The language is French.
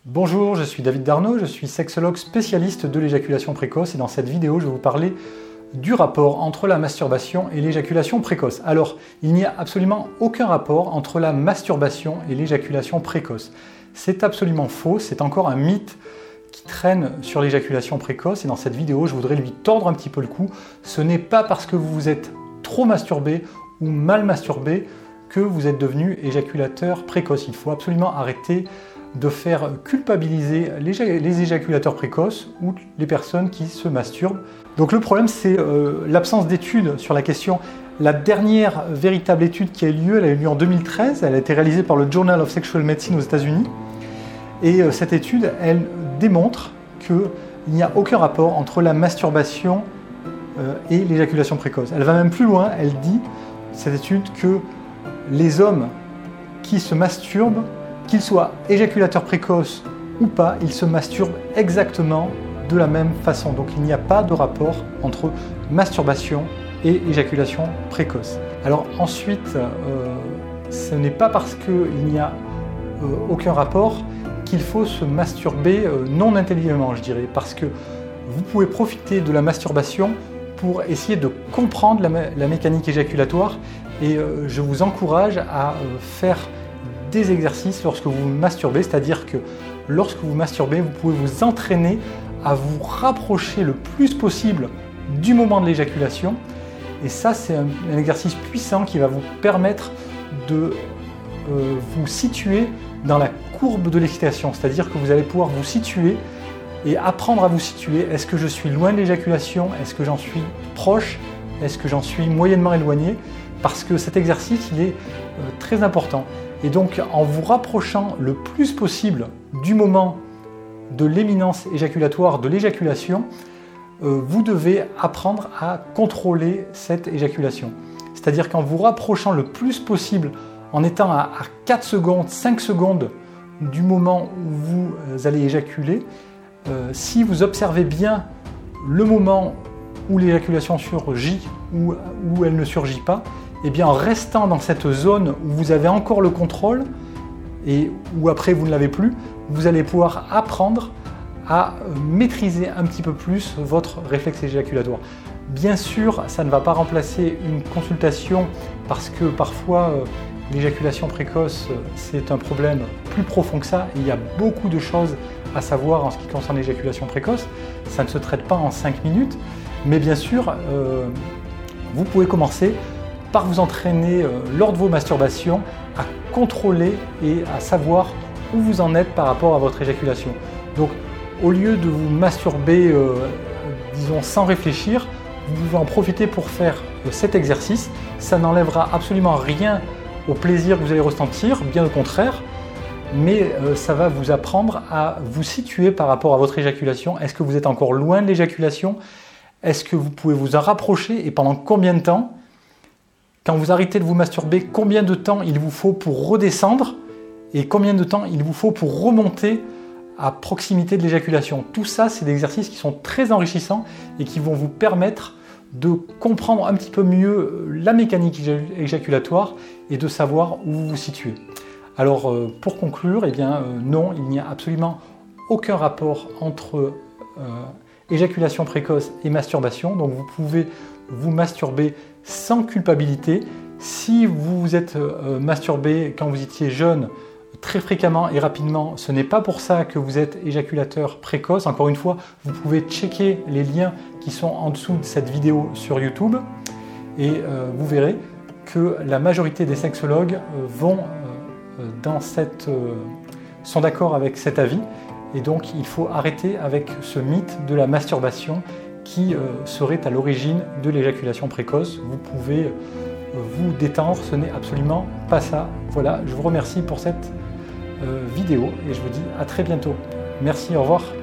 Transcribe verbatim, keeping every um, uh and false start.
Bonjour, je suis David Darnaud, je suis sexologue spécialiste de l'éjaculation précoce et dans cette vidéo je vais vous parler du rapport entre la masturbation et l'éjaculation précoce. Alors, il n'y a absolument aucun rapport entre la masturbation et l'éjaculation précoce. C'est absolument faux, c'est encore un mythe qui traîne sur l'éjaculation précoce et dans cette vidéo je voudrais lui tordre un petit peu le cou. Ce n'est pas parce que vous vous êtes trop masturbé ou mal masturbé que vous êtes devenu éjaculateur précoce. Il faut absolument arrêter de faire culpabiliser les, les éjaculateurs précoces ou les personnes qui se masturbent. Donc le problème c'est euh, l'absence d'études sur la question. La dernière véritable étude qui a eu lieu, elle a eu lieu en deux mille treize, elle a été réalisée par le Journal of Sexual Medicine aux États-Unis et euh, cette étude, elle démontre qu'il n'y a aucun rapport entre la masturbation euh, et l'éjaculation précoce. Elle va même plus loin, elle dit, cette étude, que les hommes qui se masturbent, qu'ils soient éjaculateurs précoces ou pas, ils se masturbent exactement de la même façon. Donc il n'y a pas de rapport entre masturbation et éjaculation précoce. Alors ensuite, euh, ce n'est pas parce qu'il n'y a euh, aucun rapport qu'il faut se masturber euh, non intelligemment, je dirais, parce que vous pouvez profiter de la masturbation pour essayer de comprendre la, la mécanique éjaculatoire et euh, je vous encourage à euh, faire des exercices lorsque vous vous masturbez, c'est-à-dire que lorsque vous masturbez, vous pouvez vous entraîner à vous rapprocher le plus possible du moment de l'éjaculation. Et ça, c'est un, un exercice puissant qui va vous permettre de euh, vous situer dans la courbe de l'excitation, c'est-à-dire que vous allez pouvoir vous situer et apprendre à vous situer. Est-ce que je suis loin de l'éjaculation? Est-ce que j'en suis proche? Est-ce que j'en suis moyennement éloigné? Parce que cet exercice, il est euh, très important. Et donc, en vous rapprochant le plus possible du moment de l'éminence éjaculatoire, de l'éjaculation, euh, vous devez apprendre à contrôler cette éjaculation. C'est-à-dire qu'en vous rapprochant le plus possible, en étant à, à quatre secondes, cinq secondes du moment où vous allez éjaculer, euh, si vous observez bien le moment où l'éjaculation surgit ou où elle ne surgit pas, et bien en restant dans cette zone où vous avez encore le contrôle et où après vous ne l'avez plus, vous allez pouvoir apprendre à maîtriser un petit peu plus votre réflexe éjaculatoire. Bien sûr, ça ne va pas remplacer une consultation parce que parfois euh, l'éjaculation précoce c'est un problème plus profond que ça et il y a beaucoup de choses à savoir en ce qui concerne l'éjaculation précoce. Ça ne se traite pas en cinq minutes, mais bien sûr, euh, vous pouvez commencer par vous entraîner euh, lors de vos masturbations à contrôler et à savoir où vous en êtes par rapport à votre éjaculation. Donc au lieu de vous masturber, euh, disons sans réfléchir, vous pouvez en profiter pour faire euh, cet exercice. Ça n'enlèvera absolument rien au plaisir que vous allez ressentir, bien au contraire, mais euh, ça va vous apprendre à vous situer par rapport à votre éjaculation. Est-ce que vous êtes encore loin de l'éjaculation? Est-ce que vous pouvez vous en rapprocher et pendant combien de temps? Quand vous arrêtez de vous masturber, combien de temps il vous faut pour redescendre et combien de temps il vous faut pour remonter à proximité de l'éjaculation. Tout ça, c'est des exercices qui sont très enrichissants et qui vont vous permettre de comprendre un petit peu mieux la mécanique éjaculatoire et de savoir où vous vous situez. Alors, pour conclure, eh bien, non, il n'y a absolument aucun rapport entre euh, éjaculation précoce et masturbation. Donc, vous pouvez vous masturber sans culpabilité. Si vous vous êtes euh, masturbé quand vous étiez jeune, très fréquemment et rapidement, ce n'est pas pour ça que vous êtes éjaculateur précoce. Encore une fois, vous pouvez checker les liens qui sont en dessous de cette vidéo sur YouTube et euh, vous verrez que la majorité des sexologues euh, vont euh, dans cette, euh, sont d'accord avec cet avis et donc il faut arrêter avec ce mythe de la masturbation qui euh, serait à l'origine de l'éjaculation précoce. Vous pouvez euh, vous détendre, ce n'est absolument pas ça. Voilà, je vous remercie pour cette euh, vidéo et je vous dis à très bientôt. Merci, au revoir.